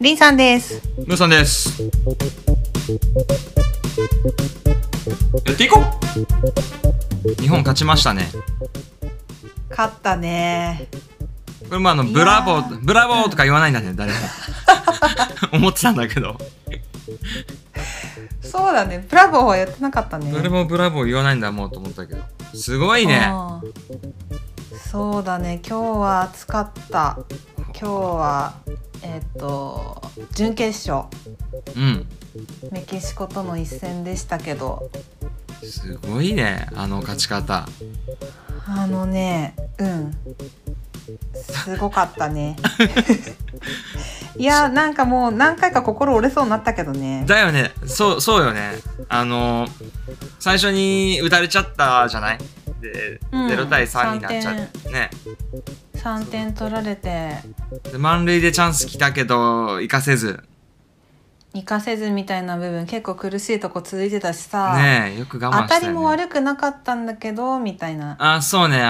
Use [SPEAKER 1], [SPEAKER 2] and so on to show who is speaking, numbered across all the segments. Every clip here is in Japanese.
[SPEAKER 1] リンさんです。
[SPEAKER 2] ムーさんです。やっていこう。日本勝ちましたね。
[SPEAKER 1] 勝ったね。
[SPEAKER 2] これもブラボー、ブラボーとか言わないんだね、誰も。思ってたんだけど。
[SPEAKER 1] そうだね、ブラボーはやってなかったね。
[SPEAKER 2] 誰もブラボー言わないんだもうと思ったけど。すごいね。
[SPEAKER 1] そうだね、今日は暑かった。今日は準決勝、メキシコとの一戦でしたけど、
[SPEAKER 2] すごいね、勝ち方。
[SPEAKER 1] すごかったね。いや、なんかもう何回か心折れそうになったけどね。
[SPEAKER 2] だよね、そうよね。最初に打たれちゃったじゃないで、0対3になっちゃってね。
[SPEAKER 1] 3点取られて、
[SPEAKER 2] で満塁でチャンス来たけど生かせず
[SPEAKER 1] みたいな部分結構苦しいとこ続いてたしさ、
[SPEAKER 2] ねえ、よく我慢したよね。
[SPEAKER 1] 当たりも悪くなかったんだけどみたいな。
[SPEAKER 2] あ、そうね、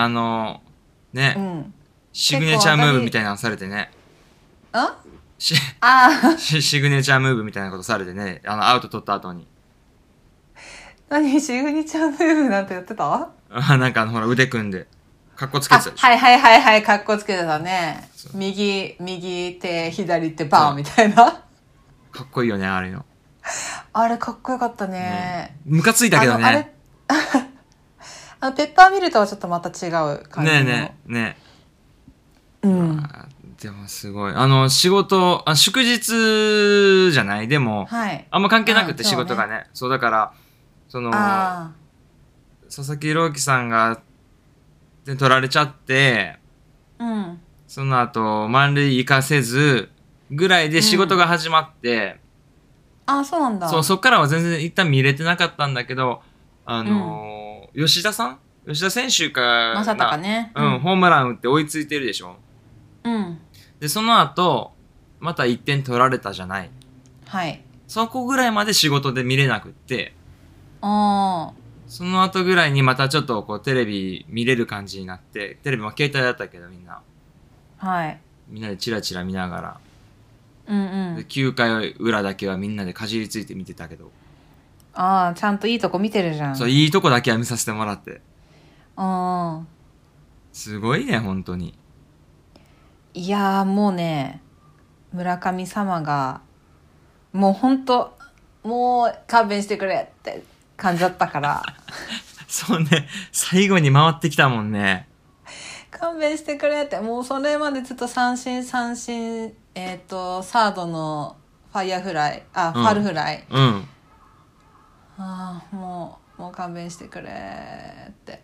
[SPEAKER 2] シグネチャームーブみたいなのされてね。シグネチャームーブみたいなことされてね、アウト取った後に。
[SPEAKER 1] 何、シグネチャームーブなんてやってた？
[SPEAKER 2] なんかほら腕組んでカッコつけてたでしょ。
[SPEAKER 1] はいカッコつけてたね。右手左手バーンみたいな。
[SPEAKER 2] かっこいいよね、あれよ。
[SPEAKER 1] あれかっこよかったね。
[SPEAKER 2] ムカついたけどね。
[SPEAKER 1] ペッパーミルとはちょっとまた違う感じの。
[SPEAKER 2] ねでもすごい。仕事、祝日じゃないでも、あんま関係なくて仕事がね。そうだから、佐々木朗希さんが取られちゃって、その後、満塁行かせず、ぐらいで仕事が始まって、
[SPEAKER 1] そうなんだ。
[SPEAKER 2] そっからは全然一旦見れてなかったんだけど、吉田選手が、
[SPEAKER 1] まさかね。
[SPEAKER 2] ホームラン打って追いついてるでしょ。で、その後、また1点取られたじゃない。
[SPEAKER 1] はい。
[SPEAKER 2] そこぐらいまで仕事で見れなくって、その後ぐらいにまたちょっとこうテレビ見れる感じになって、テレビも携帯だったけどみんな。
[SPEAKER 1] はい。
[SPEAKER 2] みんなでチラチラ見ながら。
[SPEAKER 1] で
[SPEAKER 2] 9回裏だけはみんなでかじりついて見てたけど。
[SPEAKER 1] ちゃんといいとこ見てるじゃん。
[SPEAKER 2] そう、いいとこだけは見させてもらって。すごいね、本当に。
[SPEAKER 1] いやー、もうね、村神様が、もうほんと、もう勘弁してくれって感じだったから。
[SPEAKER 2] そうね、最後に回ってきたもんね。
[SPEAKER 1] 勘弁してくれって、もうそれまでずっと三振、サードのファイヤーフライ、ファルフライ。もう勘弁してくれって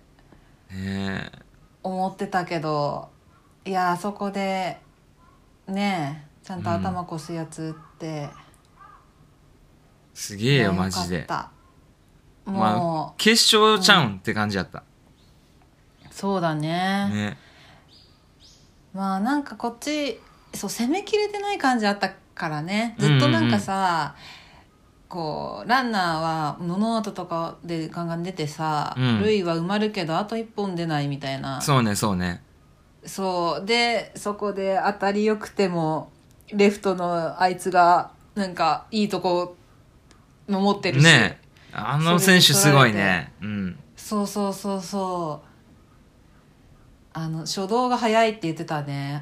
[SPEAKER 1] 思ってたけど、いやあそこでねえちゃんと頭こすやつって、
[SPEAKER 2] すげえよマジで。
[SPEAKER 1] もう、
[SPEAKER 2] 決勝ちゃうんって感じやった。
[SPEAKER 1] そうだね。まあなんかこっち攻めきれてない感じあったからね。ずっとなんかさ、こうランナーはノーアウトとかでガンガン出てさ、塁は埋まるけどあと1本出ないみたいな。
[SPEAKER 2] そうね。
[SPEAKER 1] そうで、そこで当たりよくてもレフトのあいつがなんかいいとこ守ってるし
[SPEAKER 2] ね。選手すごいね。
[SPEAKER 1] そう初動が早いって言ってたね。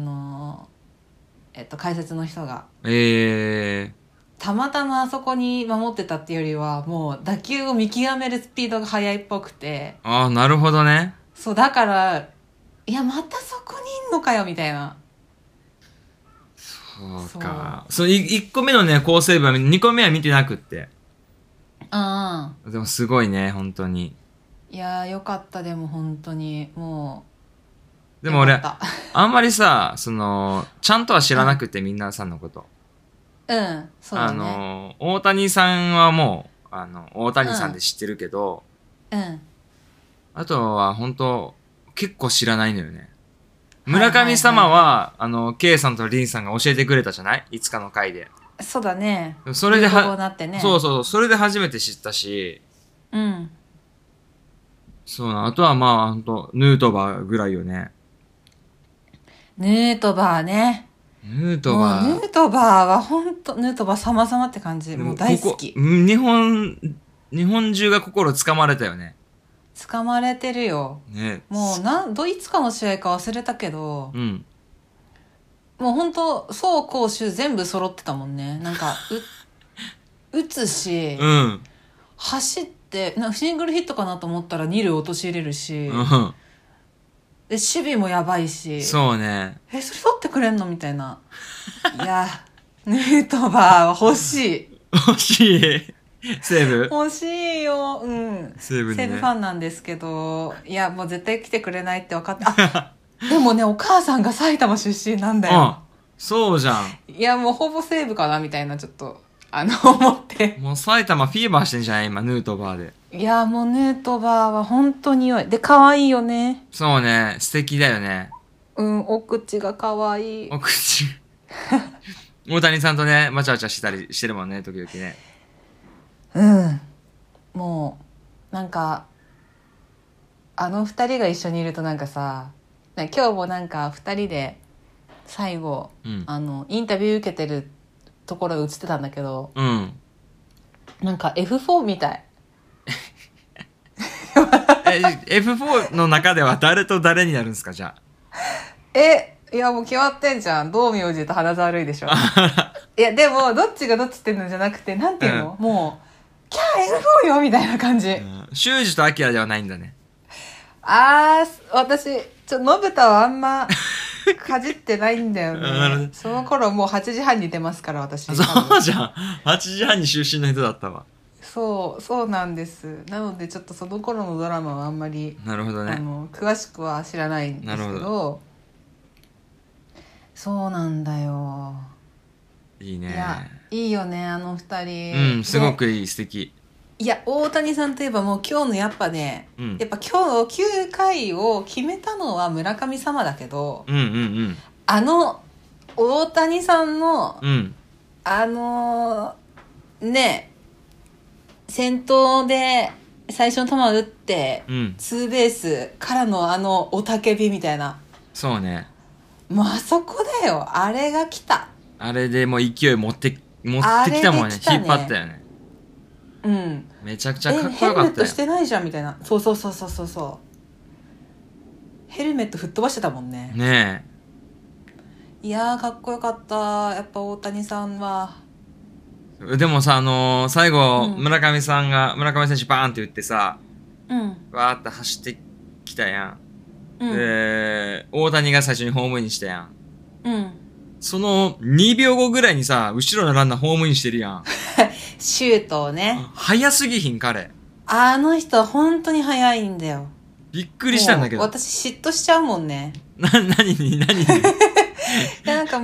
[SPEAKER 1] 解説の人がたまたまあそこに守ってたっていうよりは、もう打球を見極めるスピードが速いっぽくて。
[SPEAKER 2] なるほどね。
[SPEAKER 1] そうだから、いやまたそこにいんのかよみたいな。
[SPEAKER 2] そうか。1個目のね好セーブは2個目は見てなくって。でもすごいね本当に。
[SPEAKER 1] いやよかった。でも本当にも
[SPEAKER 2] うでも俺あんまりさちゃんとは知らなくて、みんなさんのこと。
[SPEAKER 1] そうだね。
[SPEAKER 2] 大谷さんはもう大谷さんで知ってるけど、あとは本当結構知らないのよね。村神様はK さんとリンさんが教えてくれたじゃない、いつかの回で。
[SPEAKER 1] そうだね。
[SPEAKER 2] それで
[SPEAKER 1] そう
[SPEAKER 2] それで初めて知ったし、そうな。あとはまあ本当ヌートバーぐらいよね。
[SPEAKER 1] ヌートバーね。
[SPEAKER 2] ヌートバー。
[SPEAKER 1] もうヌートバーは本当ヌートバー様々って感じ。もう大好き。
[SPEAKER 2] 日本中が心つかまれたよね。
[SPEAKER 1] つかまれてるよ。
[SPEAKER 2] ね。
[SPEAKER 1] もうドイツかの試合か忘れたけど、
[SPEAKER 2] うん。
[SPEAKER 1] もう本当走攻守全部揃ってたもんね。なんか、打つし、
[SPEAKER 2] うん。
[SPEAKER 1] 走って、シングルヒットかなと思ったら二塁陥れるし、
[SPEAKER 2] うん。
[SPEAKER 1] で、守備もやばいし。
[SPEAKER 2] そうね。
[SPEAKER 1] それ取ってくれんのみたいな。いや、ヌートバーは欲しい。
[SPEAKER 2] 欲しい。西武
[SPEAKER 1] 欲しいよ。うん。
[SPEAKER 2] 西武にね。
[SPEAKER 1] 西武ファンなんですけど、いや、もう絶対来てくれないって分かって。あ、でもね、お母さんが埼玉出身なんだよ。
[SPEAKER 2] あ、そうじゃん。
[SPEAKER 1] いや、もうほぼ西武かなみたいな、ちょっと、思って。
[SPEAKER 2] もう埼玉フィーバーしてんじゃん、今、ヌートバーで。
[SPEAKER 1] いや、もうヌートバーは本当に良い。で、可愛いよね。
[SPEAKER 2] そうね、素敵だよね。
[SPEAKER 1] うん、お口が可愛い。
[SPEAKER 2] お口。大谷さんとね、わちゃわちゃしたりしてるもんね、時々ね。
[SPEAKER 1] うん。もう、なんか、二人が一緒にいるとなんかさ、今日もなんか二人で最後、
[SPEAKER 2] うん、
[SPEAKER 1] インタビュー受けてるところが映ってたんだけど、
[SPEAKER 2] うん。
[SPEAKER 1] なんか F4 みたい。
[SPEAKER 2] F4 の中では誰と誰になるんですか、じゃあ。
[SPEAKER 1] いやもう決まってんじゃん。道明寺と花沢類でしょ。いやでも、どっちがどっちってんのじゃなくて、なんていうの、もう、キャー F4 よみたいな感じ。
[SPEAKER 2] 修二とアキラではないんだね。
[SPEAKER 1] 私、のぶたはあんま、かじってないんだよね。その頃もう8時半に出ますから、私。
[SPEAKER 2] そうじゃん。8時半に就寝の人だったわ。
[SPEAKER 1] そうなんです。なのでちょっとその頃のドラマはあんまり、
[SPEAKER 2] なるほどね。
[SPEAKER 1] 詳しくは知らないんですけど、そうなんだよ。
[SPEAKER 2] いいね。
[SPEAKER 1] いや、いいよね、二人。
[SPEAKER 2] うん、すごくいい、素敵。
[SPEAKER 1] いや、大谷さんといえばもう今日のやっぱね、やっぱ今日9回を決めたのは村神様だけど、大谷さんの、ね、先頭で最初の球を打って、ツーベースからの雄たけびみたいな。
[SPEAKER 2] そうね。
[SPEAKER 1] もうあそこだよ。あれが来た。
[SPEAKER 2] あれでもう勢い持ってきたもんね。引っ張ったよね。
[SPEAKER 1] うん。
[SPEAKER 2] めちゃくちゃかっこよかったよ。
[SPEAKER 1] ヘルメットしてないじゃんみたいな。そう。ヘルメット吹っ飛ばしてたもんね。
[SPEAKER 2] ね
[SPEAKER 1] え。いやー、かっこよかった。やっぱ大谷さんは。
[SPEAKER 2] でもさ、最後、村上選手バーンって打ってさ、わーって走ってきたやん。で、大谷が最初にホームインしたやん。その2秒後ぐらいにさ、後ろのランナーホームインしてるやん。
[SPEAKER 1] シュートをね。
[SPEAKER 2] 早すぎひん、彼。
[SPEAKER 1] あの人は本当に早いんだよ。
[SPEAKER 2] びっくりしたんだけど。
[SPEAKER 1] 私嫉妬しちゃうもんね。
[SPEAKER 2] 何にい
[SPEAKER 1] や、なんか、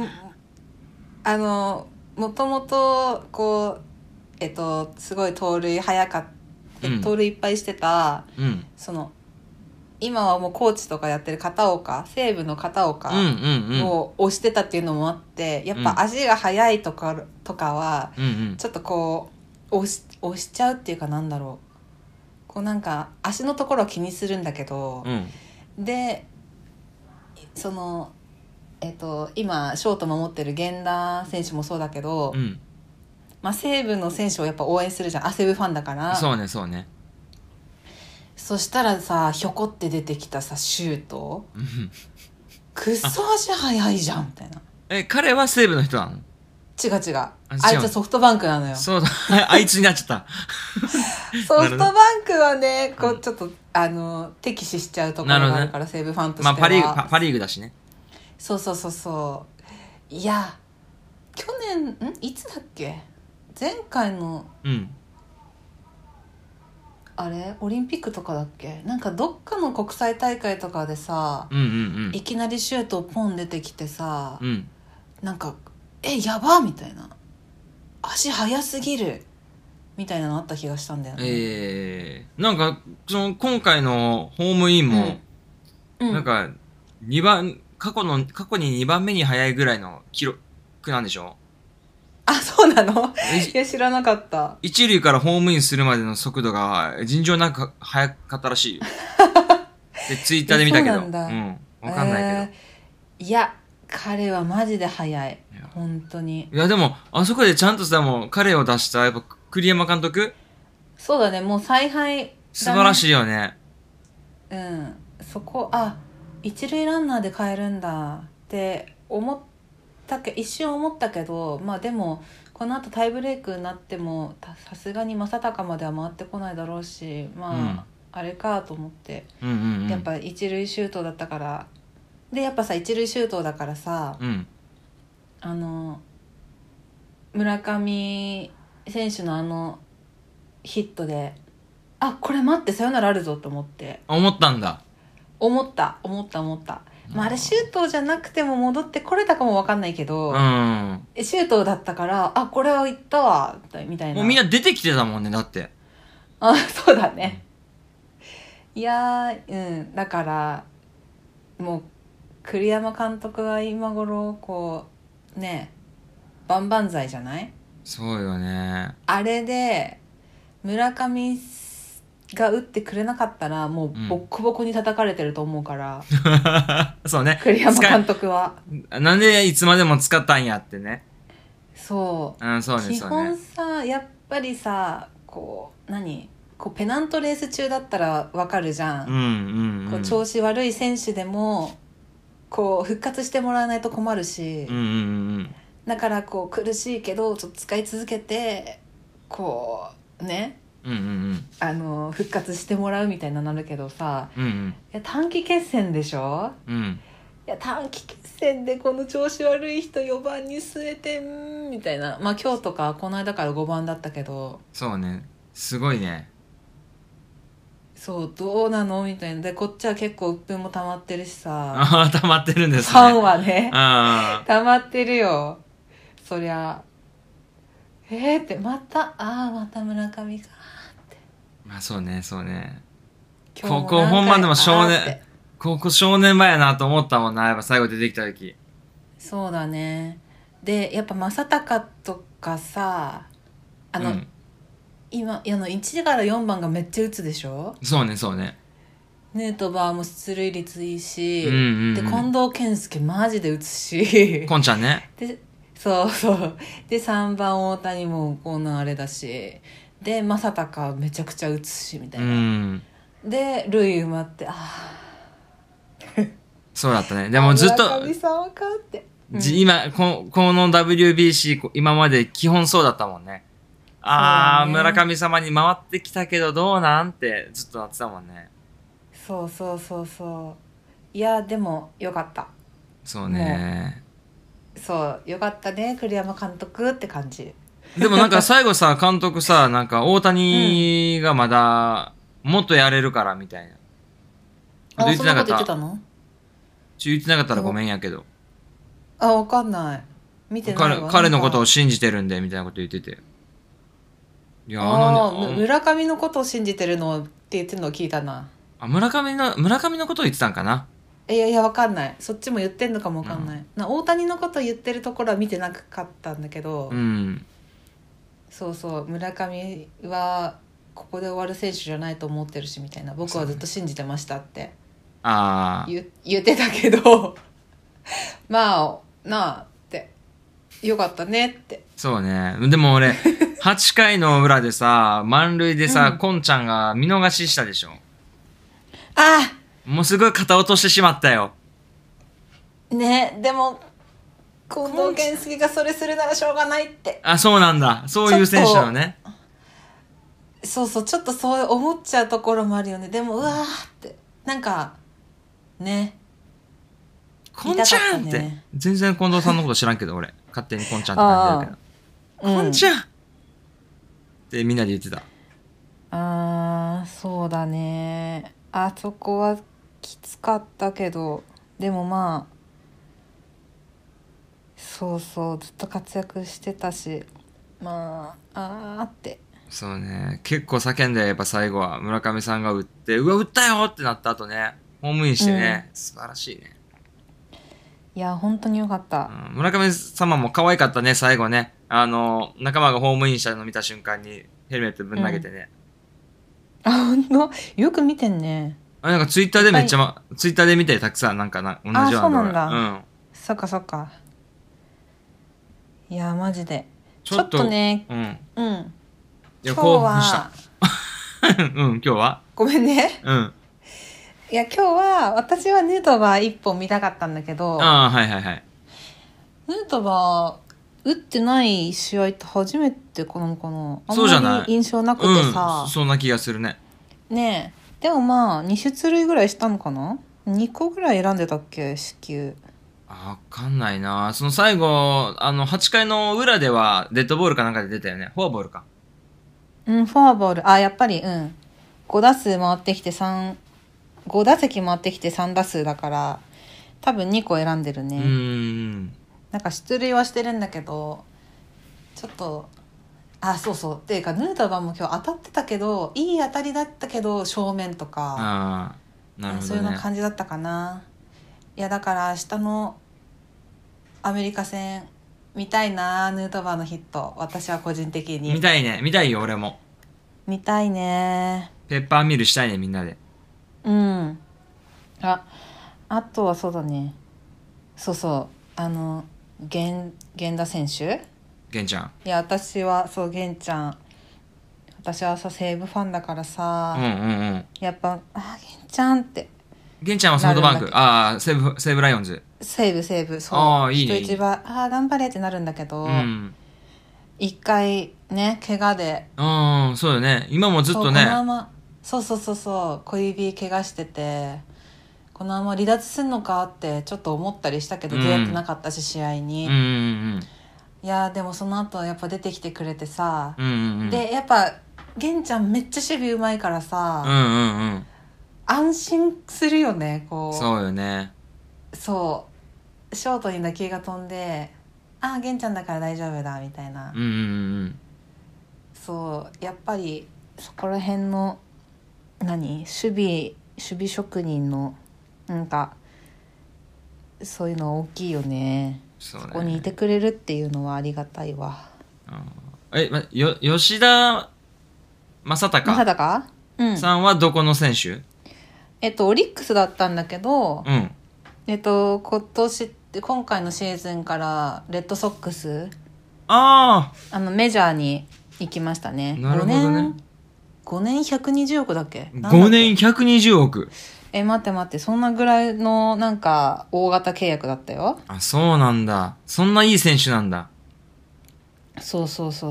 [SPEAKER 1] もともと、こう、すごい盗塁早かった、盗塁いっぱいしてた、今はもうコーチとかやってる片岡、西武の片岡を推してたっていうのもあって、やっぱ足が速いとかは、ちょっとこう、押しちゃうっていうかなんだろう。こうなんか、足のところを気にするんだけど、で、今、ショート守ってる源田選手もそうだけど、西武の選手をやっぱ応援するじゃん。西武ファンだから。
[SPEAKER 2] そうね。
[SPEAKER 1] そしたらさ、ひょこって出てきたさ、シュート。くっそ足速いじゃん、みたいな。
[SPEAKER 2] 彼は西武の人なの？
[SPEAKER 1] 違う。あいつはソフトバンクなのよ。
[SPEAKER 2] そうだ、あいつになっちゃった。
[SPEAKER 1] ソフトバンクはね、こう、ちょっと、敵視しちゃうところがあるから、西武ファンとしては。
[SPEAKER 2] パリーグだしね。
[SPEAKER 1] そう。いや、去年、いつだっけ？前回の、あれオリンピックとかだっけ？なんかどっかの国際大会とかでさ、いきなりシュートポン出てきてさ、なんか、やばみたいな。足速すぎるみたいなのあった気がしたんだよね。
[SPEAKER 2] なんか、今回のホームインも、なんか、過去に2番目に速いぐらいの記録なんでしょ？
[SPEAKER 1] あ、そうなの？いや、知らなかった。
[SPEAKER 2] 一塁からホームインするまでの速度が尋常なく速かったらしいよ。で、ツイッターで見たけど。わかんないけど。
[SPEAKER 1] いや、 彼はマジで速い。本当に。
[SPEAKER 2] いや、でも、あそこでちゃんとさ、もう彼を出した、やっぱ栗山監督
[SPEAKER 1] そうだね、もう采配だね。
[SPEAKER 2] 素晴らしいよね。
[SPEAKER 1] うん。そこ、一塁ランナーで変えるんだって一瞬思ったけど、まあでも、この後タイブレイクになっても、さすがに正隆までは回ってこないだろうし、まあ、あれかと思って。やっぱ一塁シュートだったから。で、やっぱさ、一塁シュートだからさ、村上選手のヒットで、これ待って、サヨナラあるぞと思って。
[SPEAKER 2] 思ったんだ。
[SPEAKER 1] 思った。まあ、あれシュートじゃなくても戻ってこれたかも分かんないけど、シュートだったから、これはいったわみたいな。
[SPEAKER 2] もうみんな出てきてたもんね、だって。
[SPEAKER 1] そうだね。いやー、だからもう栗山監督は今頃こうね、万々歳じゃない？
[SPEAKER 2] そうよね。
[SPEAKER 1] あれで村上が打ってくれなかったらもうボッコボコに叩かれてると思うから、
[SPEAKER 2] そうね、
[SPEAKER 1] 栗山監督は
[SPEAKER 2] なんでいつまでも使ったんやってね。
[SPEAKER 1] そう、
[SPEAKER 2] そうね、
[SPEAKER 1] 基本さ、やっぱりさ、こうペナントレース中だったらわかるじゃん。こう調子悪い選手でもこう復活してもらわないと困るし、だからこう苦しいけどちょっと使い続けてこうね、復活してもらうみたいなるけどさ、いや短期決戦でしょ、いや短期決戦でこの調子悪い人4番に据えてみたいな。まあ今日とかこの間から5番だったけど、
[SPEAKER 2] そうね、すごいね。
[SPEAKER 1] そうどうなのみたいな。でこっちは結構鬱憤も溜まってるしさ。
[SPEAKER 2] 溜まってるんですね。
[SPEAKER 1] ファンはね溜まってるよ、そりゃ。ってまた村上かって。
[SPEAKER 2] まあそうね。
[SPEAKER 1] こ
[SPEAKER 2] こ本番でもここ正念場やなと思ったもんな、やっぱ最後出てきた時。
[SPEAKER 1] そうだね。でやっぱ正隆とかさ、今1から4番がめっちゃ打つでしょ。
[SPEAKER 2] そうね。
[SPEAKER 1] ヌートバーも出塁率いいし、で近藤健介マジで打つし、
[SPEAKER 2] こんちゃんね。
[SPEAKER 1] でそうで3番大谷もこんなあれだし、で正隆めちゃくちゃ打つしみたいな、で塁埋まって、
[SPEAKER 2] そうだったね。でもずっと
[SPEAKER 1] 村上さんかって、
[SPEAKER 2] 今この WBC 今まで基本そうだったもんね。村上様に回ってきたけどどうなんってずっとなってたもんね。
[SPEAKER 1] そういやでもよかった。
[SPEAKER 2] そうね、
[SPEAKER 1] そうよかったね、栗山監督って感じ。
[SPEAKER 2] でもなんか最後さ監督さ、なんか大谷がまだもっとやれるからみたいな
[SPEAKER 1] 言ってなかった。そんなこと言ってたの？
[SPEAKER 2] 言ってなかったらごめんやけど。
[SPEAKER 1] わかんない。見てないわ。
[SPEAKER 2] 彼のことを信じてるんでみたいなこと言ってて。いや
[SPEAKER 1] 村上のことを信じてるのって言ってるのを聞いたな。
[SPEAKER 2] 村上のことを言ってたんかな。
[SPEAKER 1] いやわかんない。そっちも言ってんのかもわかんない。大谷のことを言ってるところは見てなかったんだけど、そう村上はここで終わる選手じゃないと思ってるしみたいな、僕はずっと信じてましたって言ってたけどまあなあってよかったねって。
[SPEAKER 2] そうね。でも俺8回の裏でさ満塁でさ、こんちゃんが見逃ししたでしょ。もうすごい肩落としてしまったよ
[SPEAKER 1] ね。でも近藤健介がそれするならしょうがないって。
[SPEAKER 2] そうなんだ。そういう選手なのね。
[SPEAKER 1] そうちょっとそう思っちゃうところもあるよね。でもうわーってなんかね、
[SPEAKER 2] こんちゃんって、全然近藤さんのこと知らんけど俺勝手にこんちゃんって感じだけど、こんちゃんってみんなで言ってた。
[SPEAKER 1] そうだね。そこはきつかったけど、でもまあそうずっと活躍してたし、まあって。
[SPEAKER 2] そうね、結構叫んで、やっぱ最後は村上さんが打って、うわ打ったよってなった後ね、ホームインしてね、素晴らしいね。
[SPEAKER 1] いや本当によかった、
[SPEAKER 2] 村上様も可愛かったね。最後ね、仲間がホームインしたのを見た瞬間にヘルメットぶん投げてね、
[SPEAKER 1] 本当よく見てんね。
[SPEAKER 2] なんかツイッターでめっちゃ、ツイッターで見てたくさん同じような動画。
[SPEAKER 1] そうなんだ、 そっかそっか。いやマジで
[SPEAKER 2] ちょっと
[SPEAKER 1] ね、
[SPEAKER 2] うん。いや、
[SPEAKER 1] 今日
[SPEAKER 2] 興奮した。
[SPEAKER 1] は
[SPEAKER 2] うん、今日は
[SPEAKER 1] ごめんね。
[SPEAKER 2] うん。
[SPEAKER 1] いや今日は私はヌートバー一本見たかったんだけど、
[SPEAKER 2] ああ、はいはいはい。
[SPEAKER 1] ヌートバー打ってない試合って初めてかな。あん
[SPEAKER 2] そうじゃない
[SPEAKER 1] まり印象なくてさ、
[SPEAKER 2] そんな気がするね。
[SPEAKER 1] ねえ、でもまあ2出塁ぐらいしたのかな。2個ぐらい選んでたっけ、四球。
[SPEAKER 2] わかんないな。その最後、8回の裏ではデッドボールかなんかで出たよね。フォアボールか。
[SPEAKER 1] フォアボール。あ、やっぱり、5打数回ってきて5打席回ってきて3打数だから、多分2個選んでるね。なんか出塁はしてるんだけど、ちょっと、そうそう。っていうか、ヌートバーも今日当たってたけど、いい当たりだったけど、正面とか、
[SPEAKER 2] なるほどね。
[SPEAKER 1] そういうの感じだったかな。いや、だから明日のアメリカ戦、見たいな、ヌートバーのヒット。私は個人的に。
[SPEAKER 2] 見たいね。見たいよ、俺も。
[SPEAKER 1] 見たいね。
[SPEAKER 2] ペッパーミルしたいね、みんなで。
[SPEAKER 1] あとはそうだね。そうそう。源田選手。
[SPEAKER 2] 玄ちゃん。
[SPEAKER 1] いや、私は、そう、源ちゃん。私はさ、西武ファンだからさ、やっぱ、源ちゃんって。
[SPEAKER 2] 玄ちゃんはソフトバンク。西武ライオンズ。
[SPEAKER 1] 西武、そう。
[SPEAKER 2] いいね。
[SPEAKER 1] 人一倍、頑張れってなるんだけど、一回ね、怪我で。
[SPEAKER 2] そうよね。今もずっとね。
[SPEAKER 1] そう、小指怪我してて、このまま離脱すんのかってちょっと思ったりしたけど、出会ってなかったし、試合に。いやでもその後やっぱ出てきてくれてさ、でやっぱ玄ちゃんめっちゃ守備うまいからさ、安心するよね。こう
[SPEAKER 2] そうよね。
[SPEAKER 1] そうショートに打球が飛んで、玄ちゃんだから大丈夫だみたいな、そうやっぱりそこら辺の守備職人のなんかそういうの大きいよね。そこにいてくれるっていうのはありがたいわ。
[SPEAKER 2] 吉田正尚さんはどこの選手？
[SPEAKER 1] オリックスだったんだけど、今回のシーズンからレッドソックス、メジャーに行きましたね。
[SPEAKER 2] なるほどね。
[SPEAKER 1] 5年120億だっけ
[SPEAKER 2] ？5年120億。
[SPEAKER 1] 待って、そんなぐらいのなんか大型契約だったよ。
[SPEAKER 2] そうなんだ。そんないい選手なんだ。
[SPEAKER 1] そう。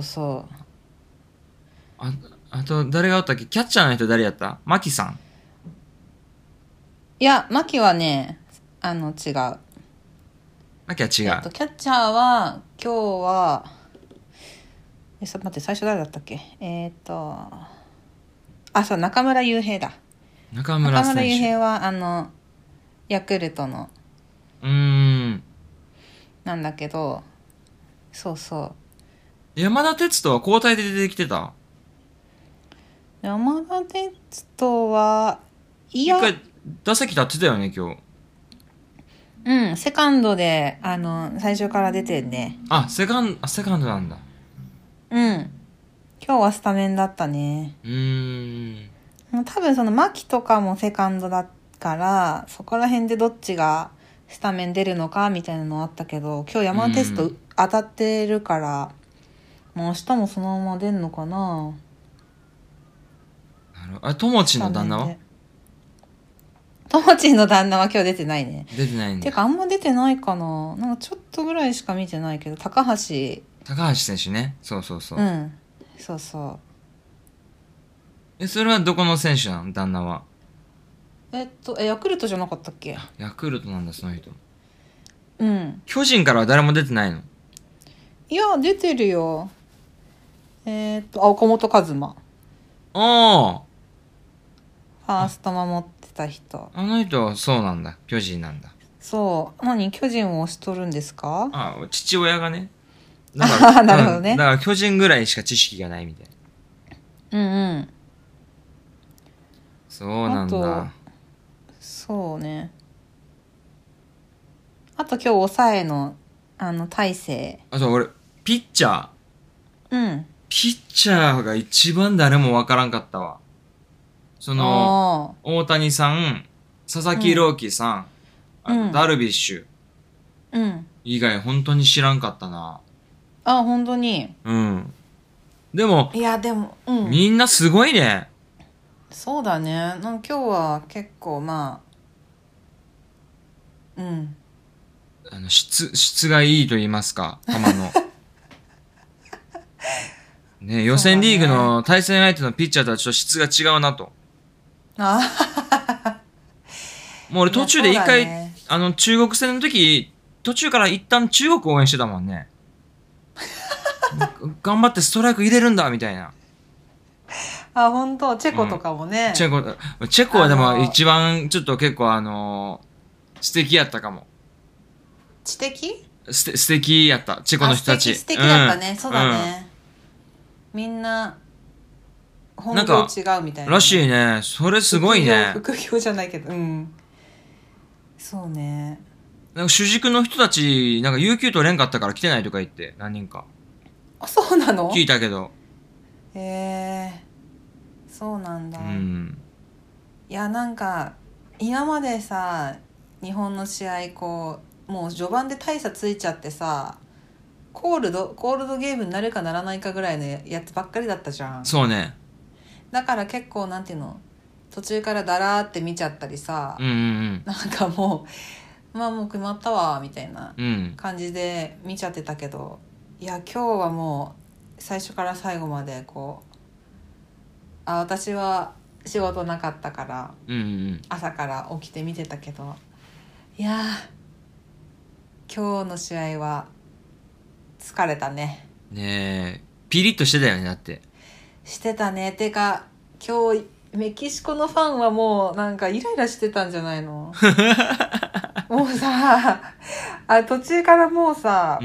[SPEAKER 2] あと誰がおったっけ？キャッチャーの人誰やった？牧さん？
[SPEAKER 1] いや、牧はね、違う。
[SPEAKER 2] 牧は違う。キ
[SPEAKER 1] ャッチャーは今日は待って、最初誰だったっけ？そう、中村悠平だ。中村悠平はヤクルトのなんだけど、そう
[SPEAKER 2] 山田哲人は交代で出てきてた？
[SPEAKER 1] 山田哲人はいや、
[SPEAKER 2] 一回打席立ってたよね今
[SPEAKER 1] 日。セカンドで最初から出てんね。
[SPEAKER 2] セカンドなんだ。
[SPEAKER 1] 今日はスタメンだったね。多分その牧とかもセカンドだから、そこら辺でどっちがスタメン出るのかみたいなのあったけど、今日山田テスト当たってるから、もう明日もそのまま出んのかな。
[SPEAKER 2] 友知の旦那は？
[SPEAKER 1] 友知の旦那は今日出てないね。
[SPEAKER 2] 出てないんだ。
[SPEAKER 1] てかあんま出てないかな。なんかちょっとぐらいしか見てないけど、高橋
[SPEAKER 2] 選手ね。そう。
[SPEAKER 1] そう。
[SPEAKER 2] それはどこの選手なの？旦那は。
[SPEAKER 1] ヤクルトじゃなかったっけ？
[SPEAKER 2] ヤクルトなんだ、その人。
[SPEAKER 1] 巨
[SPEAKER 2] 人からは誰も出てないの？
[SPEAKER 1] いや、出てるよ。岡本和真。ファースト守ってた人。
[SPEAKER 2] あの人はそうなんだ。巨人なんだ。
[SPEAKER 1] そう。巨人を推しとるんですか？
[SPEAKER 2] 父親がね。
[SPEAKER 1] なるほどね。
[SPEAKER 2] だから巨人ぐらいしか知識がないみたい
[SPEAKER 1] な。
[SPEAKER 2] そうなんだ。
[SPEAKER 1] そうね。あと今日抑えの大勢。
[SPEAKER 2] 俺ピッチャー。ピッチャーが一番誰もわからんかったわ。大谷さん、佐々木朗希さん、ダルビッシュ。 以外本当に知らんかったな。
[SPEAKER 1] あ、本当に。
[SPEAKER 2] うん。でも、
[SPEAKER 1] いや、でも、
[SPEAKER 2] みんなすごいね。
[SPEAKER 1] そうだね。今日は結構
[SPEAKER 2] 質がいいと言いますか、球の。ね、予選リーグの対戦相手のピッチャーとはちょっと質が違うなと。もう俺途中で一回、中国戦の時、途中から一旦中国応援してたもんね。頑張ってストライク入れるんだみたいな。
[SPEAKER 1] あ、本当チェコとかもね。
[SPEAKER 2] チェコはでも一番ちょっと結構素敵やったかも。
[SPEAKER 1] 素敵
[SPEAKER 2] やった。チェコの人たち。
[SPEAKER 1] 素敵だったね。そうだね。みんな、本業違うみたいな。
[SPEAKER 2] らしいね。それすごいね。
[SPEAKER 1] 副業じゃないけど。そうね。
[SPEAKER 2] なんか主軸の人たち、なんか有給取れんかったから来てないとか言って、何人か。
[SPEAKER 1] あ、そうなの？
[SPEAKER 2] 聞いたけど。
[SPEAKER 1] へえ、そうなんだ。いや、なんか、今までさ、日本の試合、もう序盤で大差ついちゃってさ、コールドゲームになるかならないかぐらいのやつばっかりだったじゃん。
[SPEAKER 2] そうね。
[SPEAKER 1] だから結構なんていうの、途中からダラーって見ちゃったりさ、なんかもう決まったわみたいな感じで見ちゃってたけど、いや今日はもう最初から最後まで私は仕事なかったから、朝から起きて見てたけど、いや今日の試合は疲れたね。
[SPEAKER 2] ねえ、ピリッとしてたよね。だって
[SPEAKER 1] してたね。てか今日メキシコのファンはもうなんかイライラしてたんじゃないの？もうさ、途中からもうさ、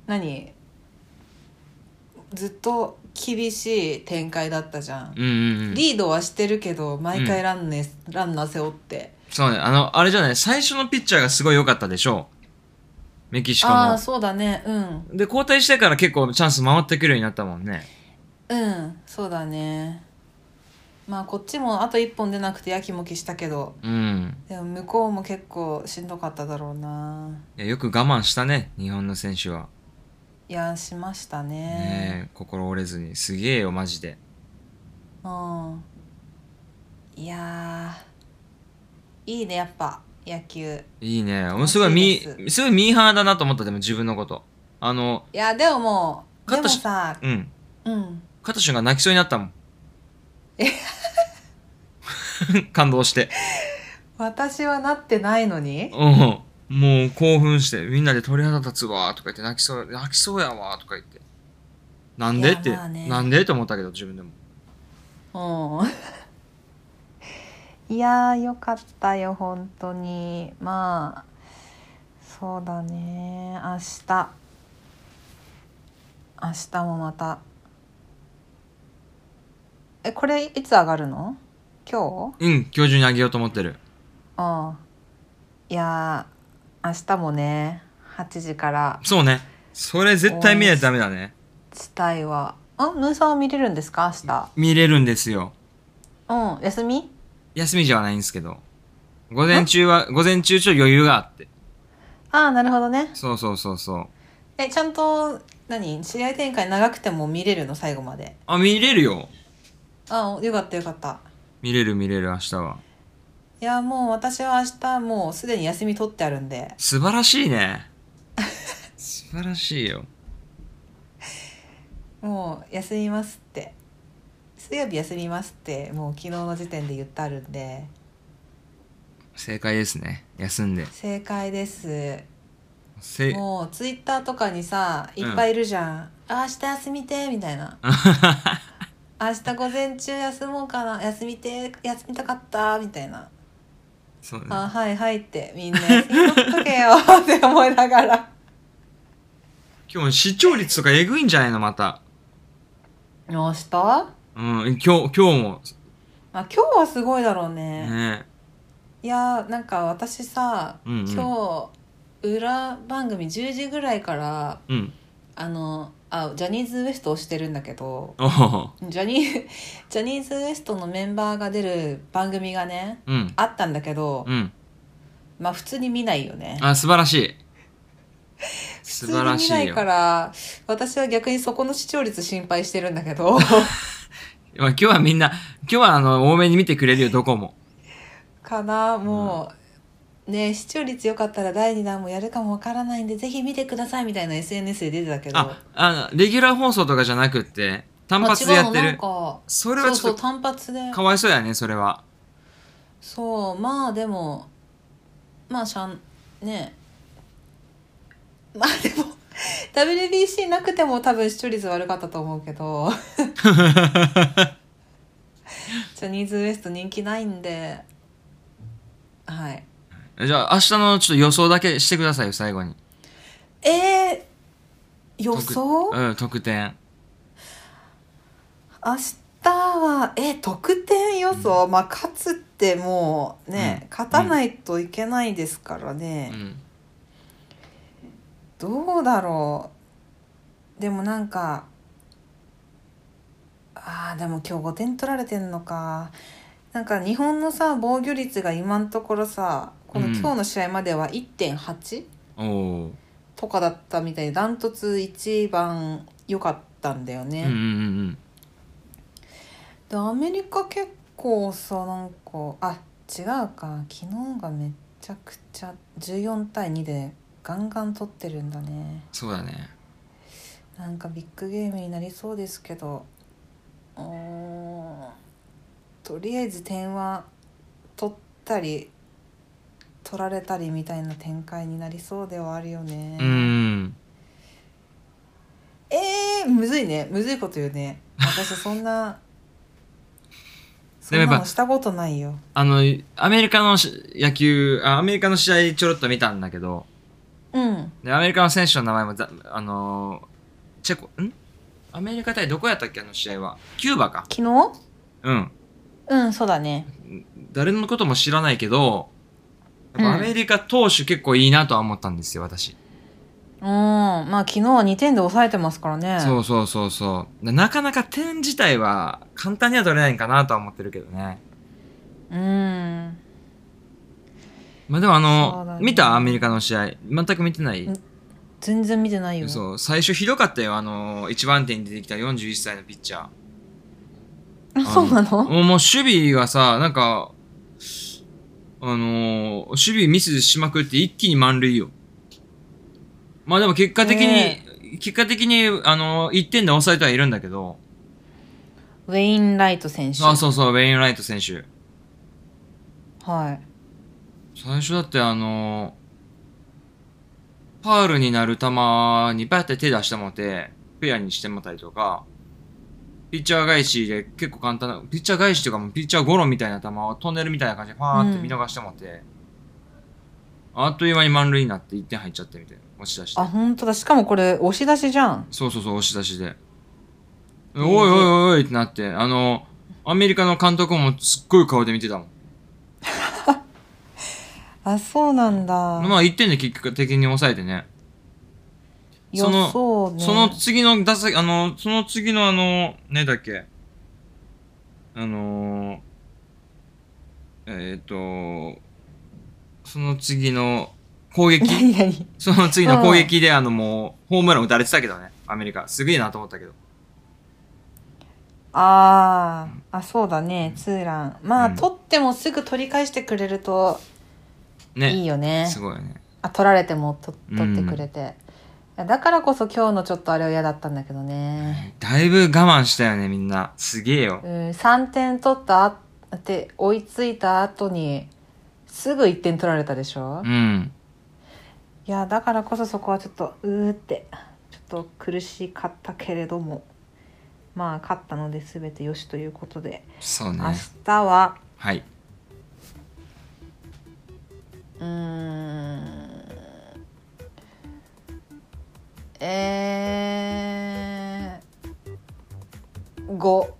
[SPEAKER 1] ずっと厳しい展開だったじゃん。リードはしてるけど毎回ランナー背負って。
[SPEAKER 2] そうね。あれじゃない、最初のピッチャーがすごい良かったでしょ。メキシコの。
[SPEAKER 1] ああ、そうだね。
[SPEAKER 2] で、交代してから結構チャンス回ってくるようになったもんね。
[SPEAKER 1] そうだね。まあこっちもあと1本出なくてやきもきしたけど、でも向こうも結構しんどかっただろうな。
[SPEAKER 2] いや、よく我慢したね、日本の選手は。
[SPEAKER 1] いや、しましたね。
[SPEAKER 2] ねえ、心折れずに。すげえよ、マジで。
[SPEAKER 1] いやいいね、やっぱ野球。
[SPEAKER 2] いいね。すごいミーハーだなと思った。でも自分のこと、
[SPEAKER 1] いやでももう、でもさ、
[SPEAKER 2] 勝った瞬間泣きそうになったもん。感動して。
[SPEAKER 1] 私はなってないのに。
[SPEAKER 2] もう興奮して、みんなで鳥肌立つわとか言って泣きそうやわとか言って。なんでって、なんでと思ったけど自分でも。
[SPEAKER 1] いやよかったよ本当に。まあそうだね。明日もまた。これいつ上がるの？今日？
[SPEAKER 2] 今日中にあげようと思ってる。
[SPEAKER 1] いや明日もね、8時から。
[SPEAKER 2] そうね。それ絶対見ないとダメだね。
[SPEAKER 1] したいわ。ムーさんは見れるんですか？明日。
[SPEAKER 2] 見れるんですよ。
[SPEAKER 1] 休み
[SPEAKER 2] じゃないんですけど、午前中ちょっと余裕があって。
[SPEAKER 1] なるほどね。
[SPEAKER 2] そう。
[SPEAKER 1] ちゃんと試合展開長くても見れるの？最後まで。
[SPEAKER 2] 見れるよ。
[SPEAKER 1] よかった。
[SPEAKER 2] 見れる明日は。
[SPEAKER 1] いやもう私は明日もうすでに休み取ってあるんで。
[SPEAKER 2] 素晴らしいね。素晴らしいよ。
[SPEAKER 1] もう休みますって、水曜日休みますってもう昨日の時点で言ってあるんで。
[SPEAKER 2] 正解ですね。休んで。
[SPEAKER 1] 正解です。もうツイッターとかにさいっぱいいるじゃん、明日休みてみたいな。明日午前中休もうかな、休みたかったみたいな。
[SPEAKER 2] そうね。
[SPEAKER 1] はいってみんな休み取っとけよって思いながら。
[SPEAKER 2] 今日視聴率とかえぐいんじゃないのまた。
[SPEAKER 1] 明日？
[SPEAKER 2] 今日も。
[SPEAKER 1] 今日はすごいだろうね。いやなんか私さ、今日裏番組10時ぐらいから、ジャニーズ WEST をしてるんだけど、ジャニーズ WEST のメンバーが出る番組がね、あったんだけど、普通に見ないよね。
[SPEAKER 2] 素晴らしい。 素晴らしいよ。
[SPEAKER 1] 普通に見ないから私は逆にそこの視聴率心配してるんだけど
[SPEAKER 2] 今日はみんな今日は多めに見てくれるよどこも
[SPEAKER 1] かな。もう、ね、視聴率よかったら第2弾もやるかもわからないんでぜひ見てくださいみたいな SNS で出てたけど、
[SPEAKER 2] レギュラー放送とかじゃなくって単発でやってる。それはちょっと
[SPEAKER 1] 単発で
[SPEAKER 2] かわいそうやね。それは
[SPEAKER 1] そうまあでもまあねまあでもWBC なくても多分視聴率悪かったと思うけどジャニーズ WEST 人気ないんで、はい。
[SPEAKER 2] じゃあ明日のちょっと予想だけしてくださいよ最後に。
[SPEAKER 1] 予想？
[SPEAKER 2] 得点。
[SPEAKER 1] 明日は得点予想、まあ勝つってもうね、勝たないといけないですからね、どうだろう。でもなんかでも今日5点取られてんのか。なんか日本のさ防御率が今のところさこの今日の試合までは 1.8、とかだったみたいでダントツ一番良かったんだよね、でアメリカ結構さなんか違うか、昨日がめちゃくちゃ14対2でガンガン取ってるんだね。
[SPEAKER 2] そうだね。
[SPEAKER 1] なんかビッグゲームになりそうですけど、とりあえず点は取ったり取られたりみたいな展開になりそうではあるよね。むずいね。むずいこと言うね。私そんなのしたことないよ。
[SPEAKER 2] アメリカの野球アメリカの試合ちょろっと見たんだけど、でアメリカの選手の名前もチェコアメリカ対どこやったっけ試合は。キューバか。
[SPEAKER 1] 昨日？そうだね。
[SPEAKER 2] 誰のことも知らないけど、アメリカ投手結構いいなとは思ったんですよ私。
[SPEAKER 1] まあ昨日は2点で抑えてますからね。
[SPEAKER 2] そうなかなか点自体は簡単には取れないんかなとは思ってるけどね。まあでも見たアメリカの試合全く見てない。
[SPEAKER 1] 全然見てないよ。
[SPEAKER 2] そう最初ひどかったよ。1番手に出てきた41歳のピッチャー。
[SPEAKER 1] そうなの？
[SPEAKER 2] もう守備がさなんか守備ミスしまくって一気に満塁よ。まあでも結果的に1点で抑えてはいるんだけど。
[SPEAKER 1] ウェインライト選手。
[SPEAKER 2] そうウェインライト選手。
[SPEAKER 1] はい。
[SPEAKER 2] 最初だってファウルになる球にバッて手出してもてフェアにしてもたりとか、ピッチャー返しで結構簡単なピッチャー返しというかもうピッチャーゴロみたいな球をトンネルみたいな感じでファーって見逃してもて、あっという間に満塁になって1点入っちゃってみたいな。押し出して。
[SPEAKER 1] 本当だ。しかもこれ押し出しじゃん。
[SPEAKER 2] そう押し出しで、おいってなって、アメリカの監督もすっごい顔で見てたもん。
[SPEAKER 1] そうなんだ。
[SPEAKER 2] まあ1点で結果的に抑えてね。その次の打席、その次のねだっけ、その次の攻撃その次の攻撃でもうホームラン打たれてたけどね、アメリカすげえなと思ったけど。
[SPEAKER 1] そうだね、ツーラン。まあ、取ってもすぐ取り返してくれるといいよね。
[SPEAKER 2] すごいよね。
[SPEAKER 1] 取られても取ってくれて、だからこそ今日のちょっとあれは嫌だったんだけどね。
[SPEAKER 2] だいぶ我慢したよねみんな。すげえよ。
[SPEAKER 1] 3点取ったって追いついた後にすぐ1点取られたでしょ。いやだからこそそこはちょっとってちょっと苦しかったけれども、まあ勝ったので全てよしということで。
[SPEAKER 2] そうね。
[SPEAKER 1] 明日は
[SPEAKER 2] はい
[SPEAKER 1] 5。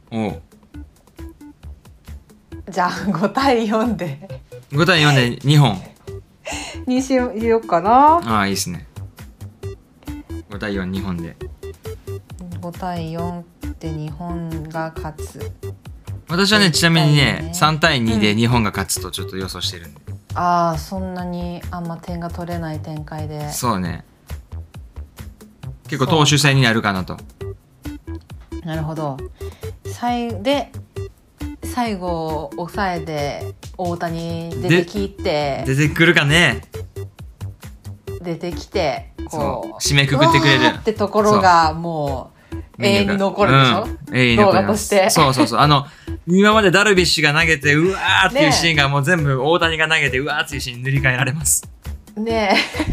[SPEAKER 1] じゃあ5対4で
[SPEAKER 2] 5対4で2本
[SPEAKER 1] にしようかな。
[SPEAKER 2] いいっすね。5対4、2本で。
[SPEAKER 1] 5対4で日本が勝つ。
[SPEAKER 2] 私はね、ちなみにね、3対2で日本が勝つとちょっと予想してるんで。
[SPEAKER 1] ああ、そんなにあんま点が取れない展開で。
[SPEAKER 2] そうね。結構投手戦になるかなと。
[SPEAKER 1] なるほど。最後抑えで大谷出てきて、
[SPEAKER 2] 出てくるかね。
[SPEAKER 1] 出てきてこう
[SPEAKER 2] 締めくくってくれる
[SPEAKER 1] ってところがもう永遠に残るでしょ、
[SPEAKER 2] 永遠に
[SPEAKER 1] 動画として。
[SPEAKER 2] そう今までダルビッシュが投げてうわーっていうシーンがもう全部大谷が投げてうわーっていうシーンに塗り替えられます
[SPEAKER 1] ね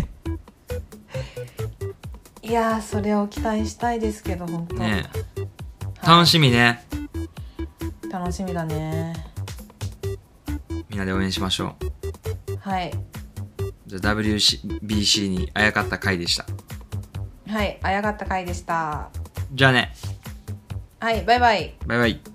[SPEAKER 1] えいやー、それを期待したいですけど、本当
[SPEAKER 2] ね、楽しみね。
[SPEAKER 1] 楽しみだね。
[SPEAKER 2] みんなで応援しましょ
[SPEAKER 1] う。はい。
[SPEAKER 2] じゃあ WBC にあやかった回でした。
[SPEAKER 1] はい、あやかった回でした。
[SPEAKER 2] じゃあね。
[SPEAKER 1] はい、バイバイ。
[SPEAKER 2] バイバイ。